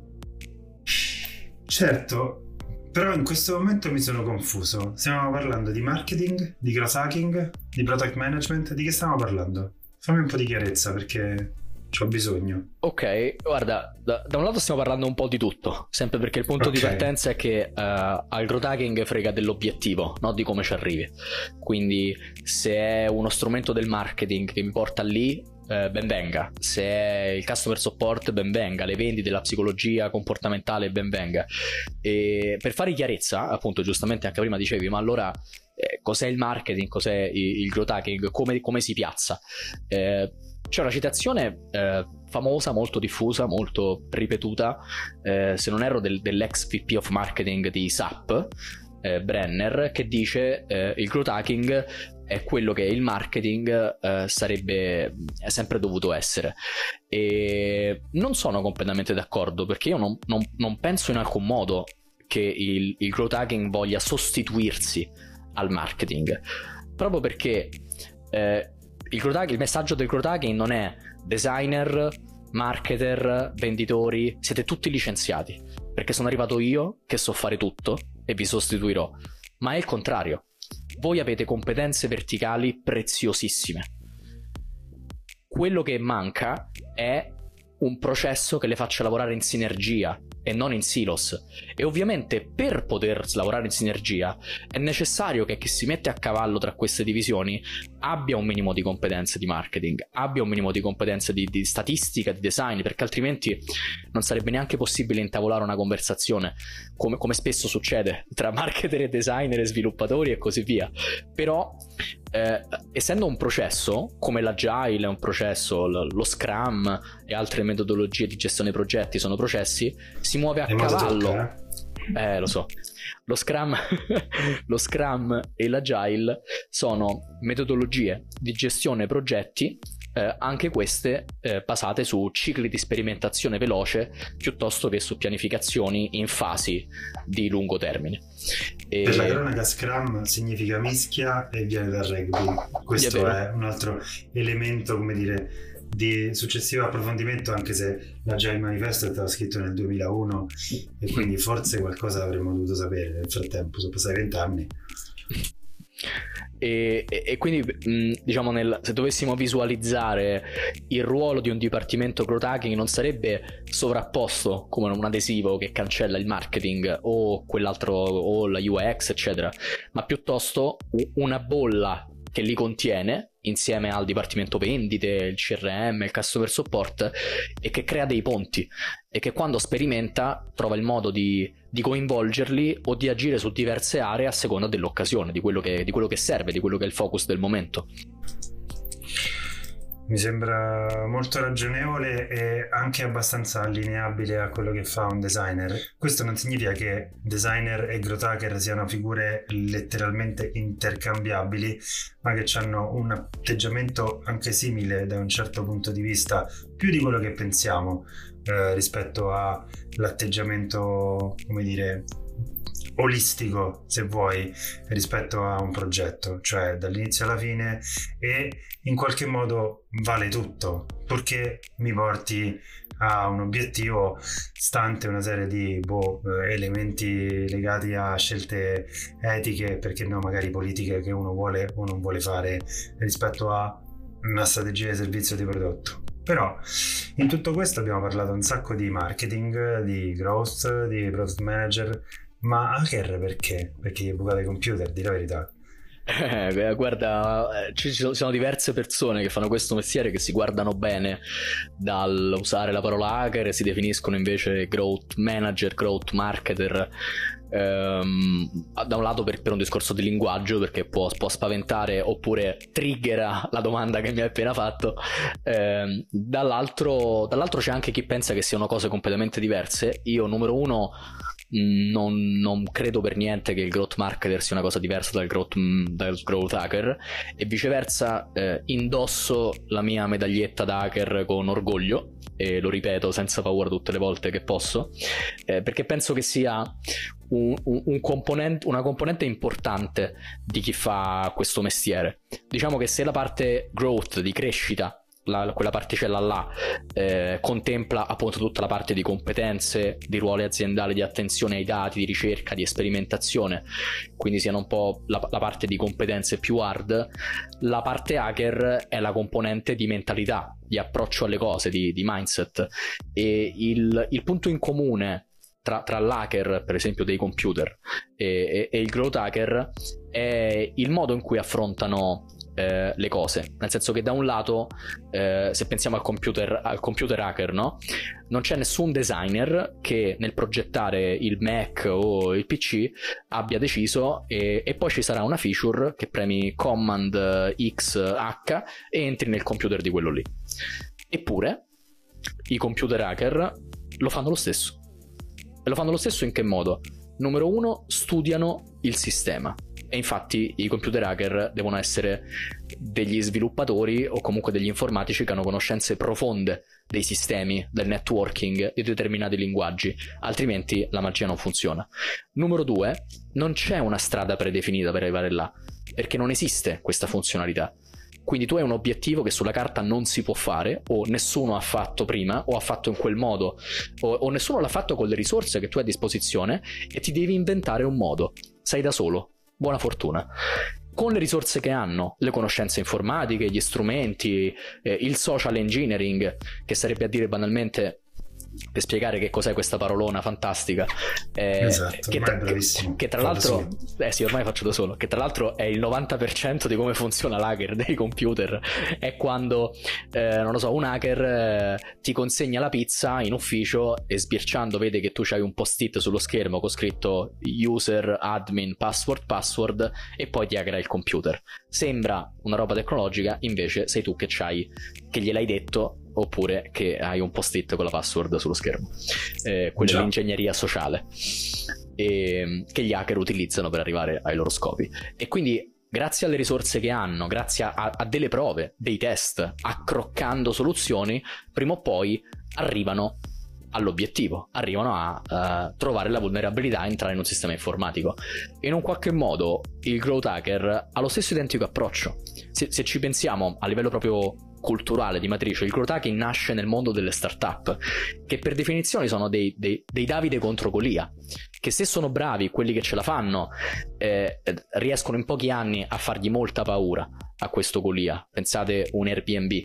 Certo, però in questo momento mi sono confuso. Stiamo parlando di marketing, di growth hacking, di product management? Di che stiamo parlando? Fammi un po' di chiarezza, perché c'ho bisogno. Ok, guarda, da un lato stiamo parlando un po' di tutto, sempre perché il punto di partenza è che al growth hacking frega dell'obiettivo, non di come ci arrivi. Quindi se è uno strumento del marketing che mi porta lì, ben venga. Se è il customer support, ben venga. Le vendite, la psicologia comportamentale, ben venga. E per fare chiarezza, appunto, giustamente anche prima dicevi, ma allora cos'è il marketing, cos'è il growth hacking, come si piazza? C'è una citazione famosa, molto diffusa, molto ripetuta, se non erro dell'ex VP of marketing di SAP, Brenner, che dice il growth hacking è quello che il marketing è sempre dovuto essere. E non sono completamente d'accordo, perché io non penso in alcun modo che il growth hacking voglia sostituirsi al marketing, proprio perché il messaggio del growth hacking non è designer, marketer, venditori, siete tutti licenziati, perché sono arrivato io che so fare tutto e vi sostituirò, ma è il contrario. Voi avete competenze verticali preziosissime. Quello che manca è un processo che le faccia lavorare in sinergia e non in silos, e ovviamente per poter lavorare in sinergia è necessario che chi si mette a cavallo tra queste divisioni abbia un minimo di competenze di marketing, abbia un minimo di competenze di statistica, di design, perché altrimenti non sarebbe neanche possibile intavolare una conversazione, come spesso succede tra marketer e designer e sviluppatori e così via. Però essendo un processo come l'agile è un processo, lo scrum e altre metodologie di gestione progetti sono processi, si muove a cavallo. Lo so, lo scrum lo scrum e l'agile sono metodologie di gestione progetti, anche queste basate su cicli di sperimentazione veloce piuttosto che su pianificazioni in fasi di lungo termine. Per la cronaca, Scrum significa mischia e viene dal rugby. Questo è un altro elemento, come dire, di successivo approfondimento, anche se l'Agile Manifesto è stato scritto nel 2001 e quindi forse qualcosa avremmo dovuto sapere nel frattempo. Sono passati 20 anni. E quindi diciamo se dovessimo visualizzare il ruolo di un dipartimento growth hacking, non sarebbe sovrapposto come un adesivo che cancella il marketing o quell'altro o la UX eccetera, ma piuttosto una bolla che li contiene insieme al dipartimento vendite, il CRM, il customer support, e che crea dei ponti e che quando sperimenta trova il modo di coinvolgerli o di agire su diverse aree a seconda dell'occasione, di quello che serve, di quello che è il focus del momento. Mi sembra molto ragionevole e anche abbastanza allineabile a quello che fa un designer. Questo non significa che designer e growth hacker siano figure letteralmente intercambiabili, ma che hanno un atteggiamento anche simile da un certo punto di vista, più di quello che pensiamo, rispetto all'atteggiamento, come dire, olistico, se vuoi, rispetto a un progetto, cioè dall'inizio alla fine, e in qualche modo vale tutto, purché mi porti a un obiettivo stante una serie di elementi legati a scelte etiche, perché no, magari politiche, che uno vuole o non vuole fare rispetto a una strategia di servizio di prodotto. Però in tutto questo abbiamo parlato un sacco di marketing, di growth, di product manager. Ma hacker perché? Perché gli è bucato i computer, di la verità. Guarda, ci sono diverse persone che fanno questo mestiere che si guardano bene dall'usare la parola hacker e si definiscono invece growth manager, growth marketer. Da un lato per un discorso di linguaggio, perché può spaventare oppure triggera la domanda che mi hai appena fatto. Dall'altro c'è anche chi pensa che siano cose completamente diverse. Io, numero uno, non credo per niente che il growth marketer sia una cosa diversa dal growth hacker, e viceversa indosso la mia medaglietta da hacker con orgoglio e lo ripeto senza paura tutte le volte che posso, perché penso che sia una componente importante di chi fa questo mestiere. Diciamo che se la parte growth, di crescita, quella particella là, contempla appunto tutta la parte di competenze, di ruoli aziendali, di attenzione ai dati, di ricerca, di sperimentazione, quindi siano un po' la parte di competenze più hard, la parte hacker è la componente di mentalità, di approccio alle cose, di mindset. E il punto in comune tra l'hacker, per esempio, dei computer e il growth hacker è il modo in cui affrontano le cose, nel senso che da un lato se pensiamo al computer hacker, no? Non c'è nessun designer che nel progettare il Mac o il PC abbia deciso e poi ci sarà una feature che premi Command X H e entri nel computer di quello lì. Eppure i computer hacker lo fanno lo stesso. E lo fanno lo stesso in che modo? Numero uno, studiano il sistema. E infatti i computer hacker devono essere degli sviluppatori o comunque degli informatici che hanno conoscenze profonde dei sistemi, del networking, di determinati linguaggi, altrimenti la magia non funziona. Numero due, non c'è una strada predefinita per arrivare là, perché non esiste questa funzionalità. Quindi tu hai un obiettivo che sulla carta non si può fare, o nessuno ha fatto prima, o ha fatto in quel modo, o nessuno l'ha fatto con le risorse che tu hai a disposizione, e ti devi inventare un modo. Sei da solo. Buona fortuna. Con le risorse che hanno, le conoscenze informatiche, gli strumenti, il social engineering, che sarebbe a dire banalmente, per spiegare che cos'è questa parolona fantastica, esatto, che tra l'altro sì, ormai faccio da solo, che tra l'altro è il 90% di come funziona l'hacker dei computer. È quando non lo so, un hacker ti consegna la pizza in ufficio e sbirciando vede che tu c'hai un post-it sullo schermo con scritto user admin password e poi ti hackera il computer. Sembra una roba tecnologica, invece sei tu che gliel'hai detto, oppure che hai un post-it con la password sullo schermo. Quella è l'ingegneria sociale che gli hacker utilizzano per arrivare ai loro scopi. E quindi grazie alle risorse che hanno, grazie a delle prove, dei test, accroccando soluzioni, prima o poi arrivano all'obiettivo, arrivano a trovare la vulnerabilità e entrare in un sistema informatico. In un qualche modo il growth hacker ha lo stesso identico approccio. Se ci pensiamo a livello proprio culturale di matrice. Il growth hacking nasce nel mondo delle startup, che per definizione sono dei Davide contro Golia, che se sono bravi, quelli che ce la fanno, riescono in pochi anni a fargli molta paura a questo Golia. Pensate un Airbnb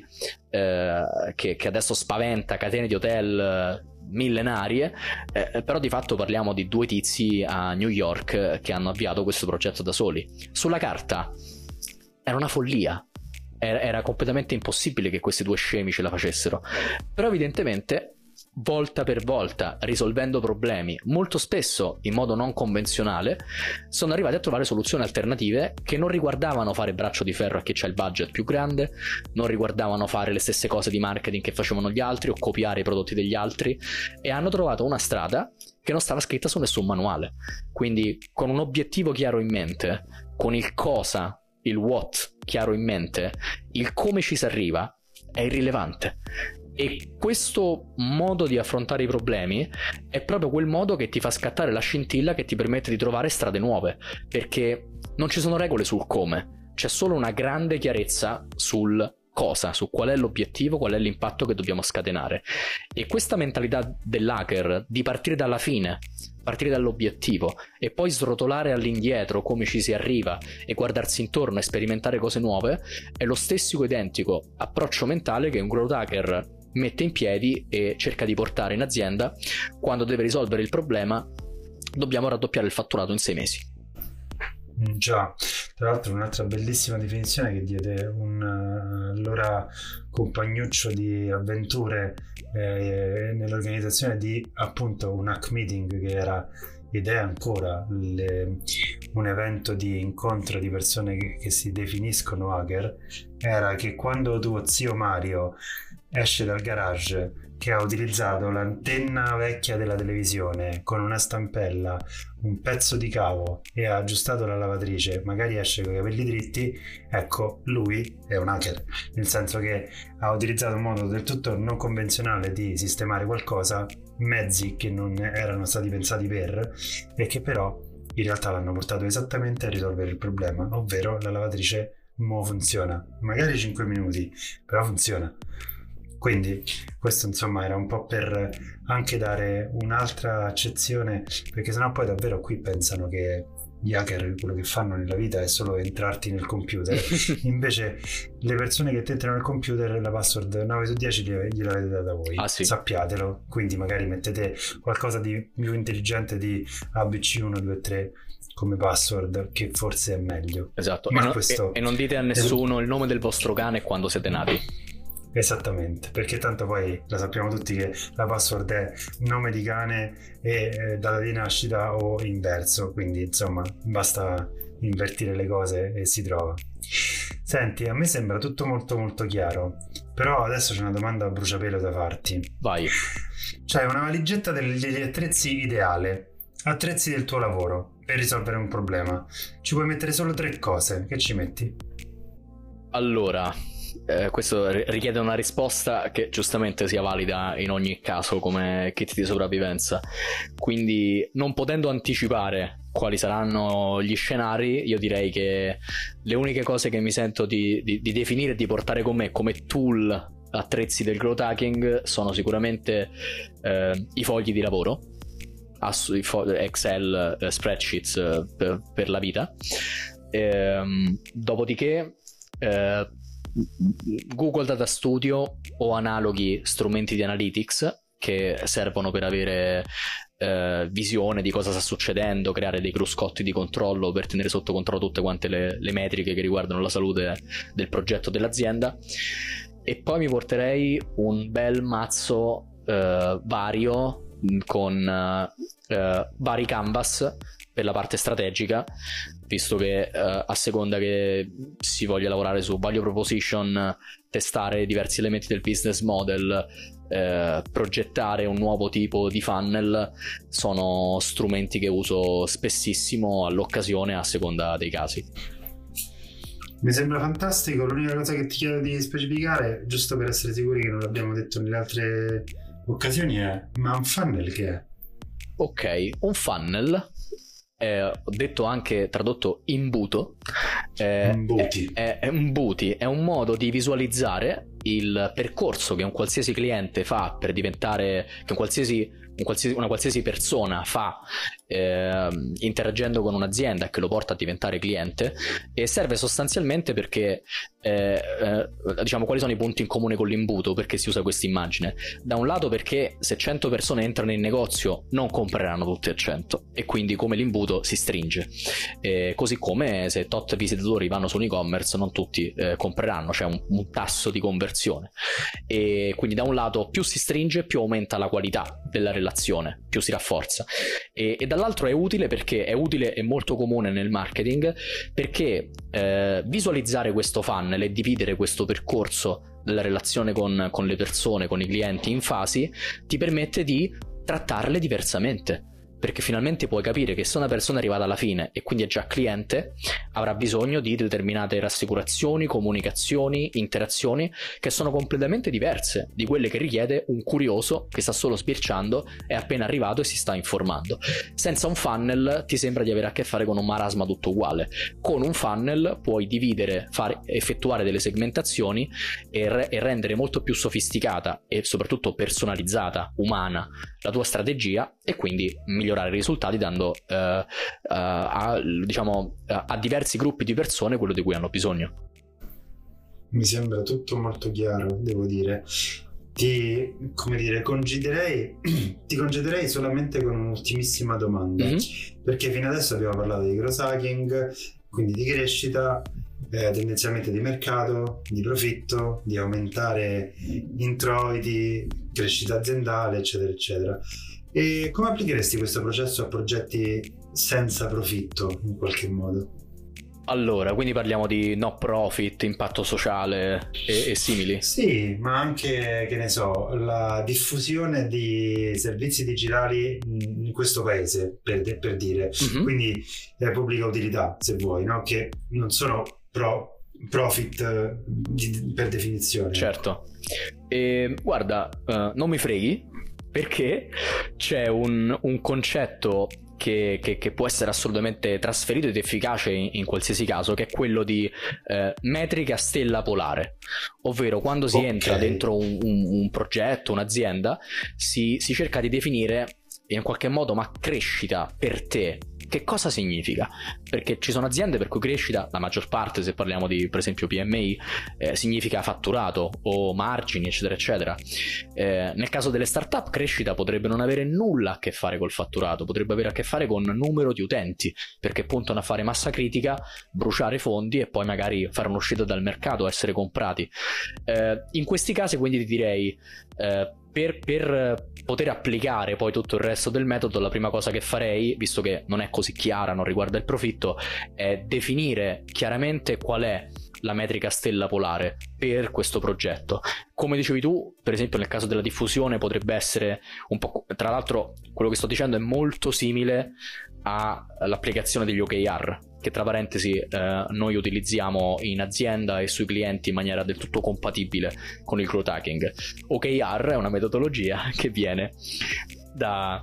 che adesso spaventa catene di hotel millenarie, però di fatto parliamo di due tizi a New York che hanno avviato questo progetto da soli. Sulla carta era una follia, era completamente impossibile che questi due scemi ce la facessero, però evidentemente volta per volta, risolvendo problemi molto spesso in modo non convenzionale, sono arrivati a trovare soluzioni alternative che non riguardavano fare braccio di ferro a chi c'ha il budget più grande, non riguardavano fare le stesse cose di marketing che facevano gli altri o copiare i prodotti degli altri, e hanno trovato una strada che non stava scritta su nessun manuale. Quindi con un obiettivo chiaro in mente, con il cosa, il what chiaro in mente, il come ci si arriva è irrilevante. E questo modo di affrontare i problemi è proprio quel modo che ti fa scattare la scintilla che ti permette di trovare strade nuove, perché non ci sono regole sul come, c'è solo una grande chiarezza sul cosa, su qual è l'obiettivo, qual è l'impatto che dobbiamo scatenare. E questa mentalità dell'hacker di partire dalla fine, partire dall'obiettivo e poi srotolare all'indietro come ci si arriva e guardarsi intorno e sperimentare cose nuove, è lo stesso identico approccio mentale che un growth hacker mette in piedi e cerca di portare in azienda quando deve risolvere il problema: dobbiamo raddoppiare il fatturato in 6 mesi. Già, tra l'altro un'altra bellissima definizione che diede un allora compagnuccio di avventure nell'organizzazione di appunto un hack meeting, che era ed è ancora un evento di incontro di persone che si definiscono hacker. Era che quando tuo zio Mario esce dal garage che ha utilizzato l'antenna vecchia della televisione con una stampella, un pezzo di cavo e ha aggiustato la lavatrice, magari esce con i capelli dritti, ecco, lui è un hacker, nel senso che ha utilizzato un modo del tutto non convenzionale di sistemare qualcosa, mezzi che non erano stati pensati per, e che però in realtà l'hanno portato esattamente a risolvere il problema, ovvero la lavatrice mo funziona, magari 5 minuti, però funziona. Quindi questo insomma era un po' per anche dare un'altra accezione, perché sennò poi davvero qui pensano che gli hacker quello che fanno nella vita è solo entrarti nel computer. Invece le persone che ti entrano nel computer, la password 9 su 10 gliel'avete data voi, sì. Sappiatelo, quindi magari mettete qualcosa di più intelligente di ABC123 come password, che forse è meglio. Esatto. E non dite a nessuno il nome del vostro cane quando siete nati. Esattamente, perché tanto poi la sappiamo tutti che la password è nome di cane e data di nascita o inverso, quindi insomma basta invertire le cose e si trova. Senti, a me sembra tutto molto molto chiaro, però adesso c'è una domanda a bruciapelo da farti. Vai. C'hai una valigetta degli attrezzi ideale, attrezzi del tuo lavoro per risolvere un problema, ci puoi mettere solo 3 cose, che ci metti? Allora, questo richiede una risposta che giustamente sia valida in ogni caso come kit di sopravvivenza, quindi non potendo anticipare quali saranno gli scenari, io direi che le uniche cose che mi sento di definire e di portare con me come tool attrezzi del growth hacking sono sicuramente i fogli di lavoro, Excel, spreadsheets per la vita, dopodiché Google Data Studio o analoghi strumenti di analytics che servono per avere visione di cosa sta succedendo, creare dei cruscotti di controllo per tenere sotto controllo tutte quante le metriche che riguardano la salute del progetto dell'azienda. E poi mi porterei un bel mazzo vario con vari canvas per la parte strategica, visto che a seconda che si voglia lavorare su value proposition, testare diversi elementi del business model, progettare un nuovo tipo di funnel, sono strumenti che uso spessissimo all'occasione a seconda dei casi. Mi sembra fantastico. L'unica cosa che ti chiedo di specificare, giusto per essere sicuri che non l'abbiamo detto nelle altre occasioni, è: ma un funnel che è? Ok, un funnel detto anche tradotto imbuto, Imbuti. è un modo di visualizzare il percorso che un qualsiasi cliente fa per diventare, che una qualsiasi persona fa interagendo con un'azienda che lo porta a diventare cliente, e serve sostanzialmente perché diciamo quali sono i punti in comune con l'imbuto, perché si usa questa immagine. Da un lato perché se 100 persone entrano in negozio non compreranno tutte a 100, e quindi come l'imbuto si stringe, così come se tot visitatori vanno su un e-commerce non tutti compreranno, c'è un tasso di conversione, e quindi da un lato più si stringe più aumenta la qualità della relazione, più si rafforza, e dall'altro è utile perché è utile e molto comune nel marketing, perché visualizzare questo funnel e dividere questo percorso della relazione con le persone, con i clienti in fasi, ti permette di trattarle diversamente, perché finalmente puoi capire che se una persona è arrivata alla fine e quindi è già cliente, avrà bisogno di determinate rassicurazioni, comunicazioni, interazioni che sono completamente diverse di quelle che richiede un curioso che sta solo sbirciando, è appena arrivato e si sta informando. Senza un funnel ti sembra di avere a che fare con un marasma tutto uguale. Con un funnel puoi dividere, effettuare delle segmentazioni e rendere molto più sofisticata e soprattutto personalizzata, umana, la tua strategia, e quindi migliorare i risultati dando a diversi gruppi di persone quello di cui hanno bisogno. Mi sembra tutto molto chiaro, devo dire. Ti concederei solamente con un'ultimissima domanda, perché fino adesso abbiamo parlato di growth hacking, quindi di crescita, tendenzialmente di mercato, di profitto, di aumentare introiti, crescita aziendale, eccetera eccetera. E come applicheresti questo processo a progetti senza profitto, in qualche modo? Allora, quindi parliamo di no profit, impatto sociale e simili? Sì, ma anche, che ne so, la diffusione di servizi digitali in questo paese, per dire. Quindi pubblica utilità, se vuoi, no? Che non sono profit per definizione. Certo. Guarda, non mi freghi, perché c'è un concetto che può essere assolutamente trasferito ed efficace in qualsiasi caso, che è quello di metrica stella polare, ovvero quando si entra dentro un progetto, un'azienda, si cerca di definire in qualche modo, ma crescita per te che cosa significa? Perché ci sono aziende per cui crescita, la maggior parte, se parliamo di per esempio PMI, significa fatturato o margini, eccetera eccetera. Nel caso delle startup, crescita potrebbe non avere nulla a che fare col fatturato, potrebbe avere a che fare con numero di utenti, perché puntano a fare massa critica, bruciare fondi e poi magari fare un'uscita dal mercato, essere comprati. In questi casi quindi ti direi, per poter applicare poi tutto il resto del metodo, la prima cosa che farei, visto che non è così chiara, non riguarda il profitto, è definire chiaramente qual è la metrica stella polare per questo progetto. Come dicevi tu, per esempio nel caso della diffusione potrebbe essere un po', tra l'altro quello che sto dicendo è molto simile all'applicazione degli OKR, che tra parentesi noi utilizziamo in azienda e sui clienti in maniera del tutto compatibile con il growth hacking. OKR è una metodologia che viene da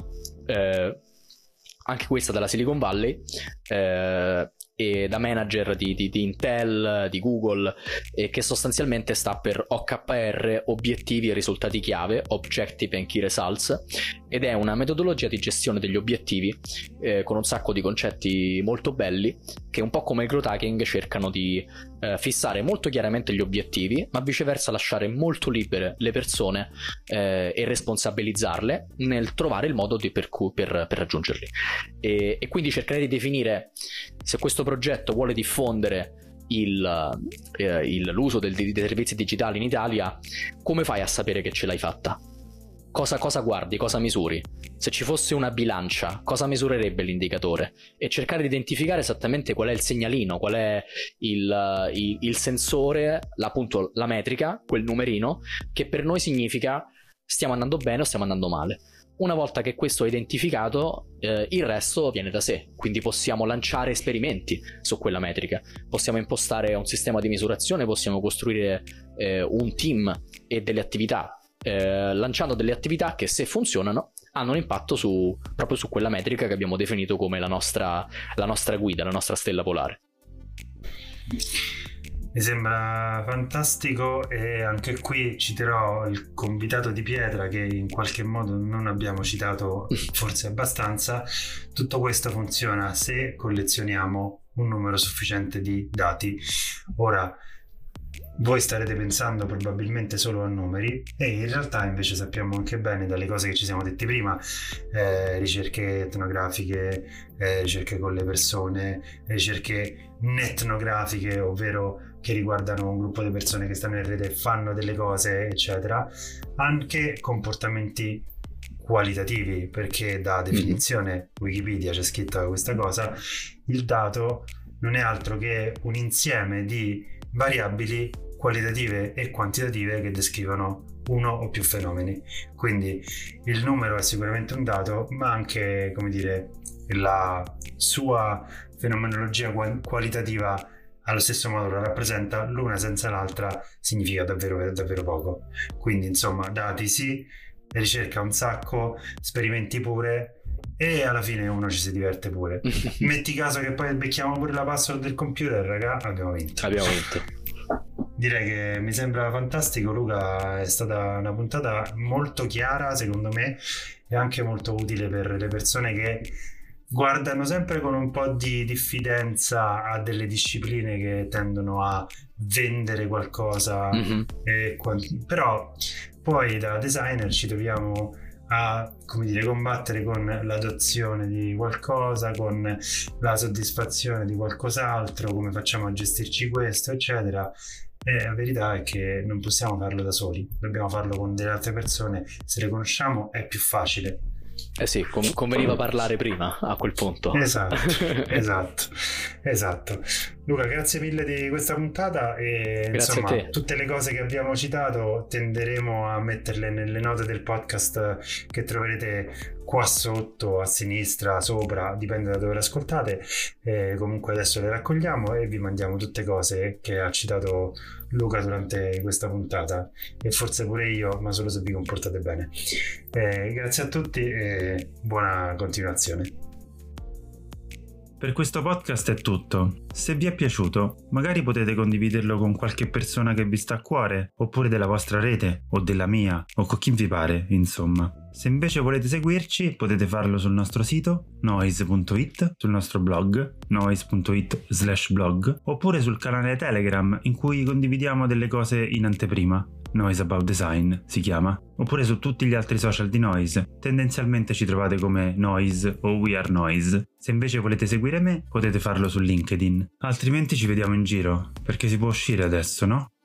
anche questa dalla Silicon Valley, e da manager di Intel, di Google, che sostanzialmente sta per OKR, obiettivi e risultati chiave, Objective and Key Results, ed è una metodologia di gestione degli obiettivi con un sacco di concetti molto belli, che un po' come il growth hacking cercano di fissare molto chiaramente gli obiettivi, ma viceversa lasciare molto libere le persone e responsabilizzarle nel trovare il modo per raggiungerli, e quindi cercare di definire se questo progetto vuole diffondere l'uso dei servizi digitali in Italia. Come fai a sapere che ce l'hai fatta? Cosa guardi, cosa misuri? Se ci fosse una bilancia, cosa misurerebbe l'indicatore? E cercare di identificare esattamente qual è il segnalino, qual è il sensore, appunto la metrica, quel numerino, che per noi significa stiamo andando bene o stiamo andando male. Una volta che questo è identificato, il resto viene da sé, quindi possiamo lanciare esperimenti su quella metrica, possiamo impostare un sistema di misurazione, possiamo costruire un team e delle attività, lanciando delle attività che, se funzionano, hanno un impatto proprio su quella metrica che abbiamo definito come la nostra guida, la nostra stella polare. Mi sembra fantastico, e anche qui citerò il convitato di pietra che in qualche modo non abbiamo citato forse abbastanza. Tutto questo funziona se collezioniamo un numero sufficiente di dati. Ora, voi starete pensando probabilmente solo a numeri, e in realtà invece sappiamo anche bene dalle cose che ci siamo detti prima, ricerche etnografiche, ricerche con le persone, ricerche netnografiche, ovvero che riguardano un gruppo di persone che stanno in rete e fanno delle cose, eccetera, anche comportamenti qualitativi, perché da definizione Wikipedia c'è scritta questa cosa: il dato non è altro che un insieme di variabili qualitative e quantitative che descrivono uno o più fenomeni. Quindi il numero è sicuramente un dato, ma anche, come dire, la sua fenomenologia qualitativa allo stesso modo la rappresenta. L'una senza l'altra significa davvero davvero poco. Quindi insomma, dati sì, ricerca un sacco, sperimenti pure, e alla fine uno ci si diverte pure. Metti caso che poi becchiamo pure la password del computer, raga, abbiamo vinto. Direi che mi sembra fantastico, Luca. È stata una puntata molto chiara, secondo me, e anche molto utile per le persone che guardano sempre con un po' di diffidenza a delle discipline che tendono a vendere qualcosa, però poi da designer ci troviamo a, come dire, combattere con l'adozione di qualcosa, con la soddisfazione di qualcos'altro, come facciamo a gestirci questo, eccetera. E la verità è che non possiamo farlo da soli, dobbiamo farlo con delle altre persone. Se le conosciamo è più facile. Eh sì, conveniva parlare prima a quel punto. Esatto. Luca, grazie mille di questa puntata, e grazie, insomma, a te. Tutte le cose che abbiamo citato tenderemo a metterle nelle note del podcast che troverete qua sotto, a sinistra, sopra, dipende da dove le ascoltate. Comunque adesso le raccogliamo e vi mandiamo tutte cose che ha citato Luca durante questa puntata, e forse pure io, ma solo se vi comportate bene. Grazie a tutti e buona continuazione. Per questo podcast è tutto. Se vi è piaciuto, magari potete condividerlo con qualche persona che vi sta a cuore, oppure della vostra rete, o della mia, o con chi vi pare, insomma. Se invece volete seguirci, potete farlo sul nostro sito noise.it, sul nostro blog noise.it/blog, oppure sul canale Telegram in cui condividiamo delle cose in anteprima. Noise About Design si chiama, oppure su tutti gli altri social di Noise. Tendenzialmente ci trovate come Noise o We Are Noise. Se invece volete seguire me, potete farlo su LinkedIn. Altrimenti ci vediamo in giro, perché si può uscire adesso, no?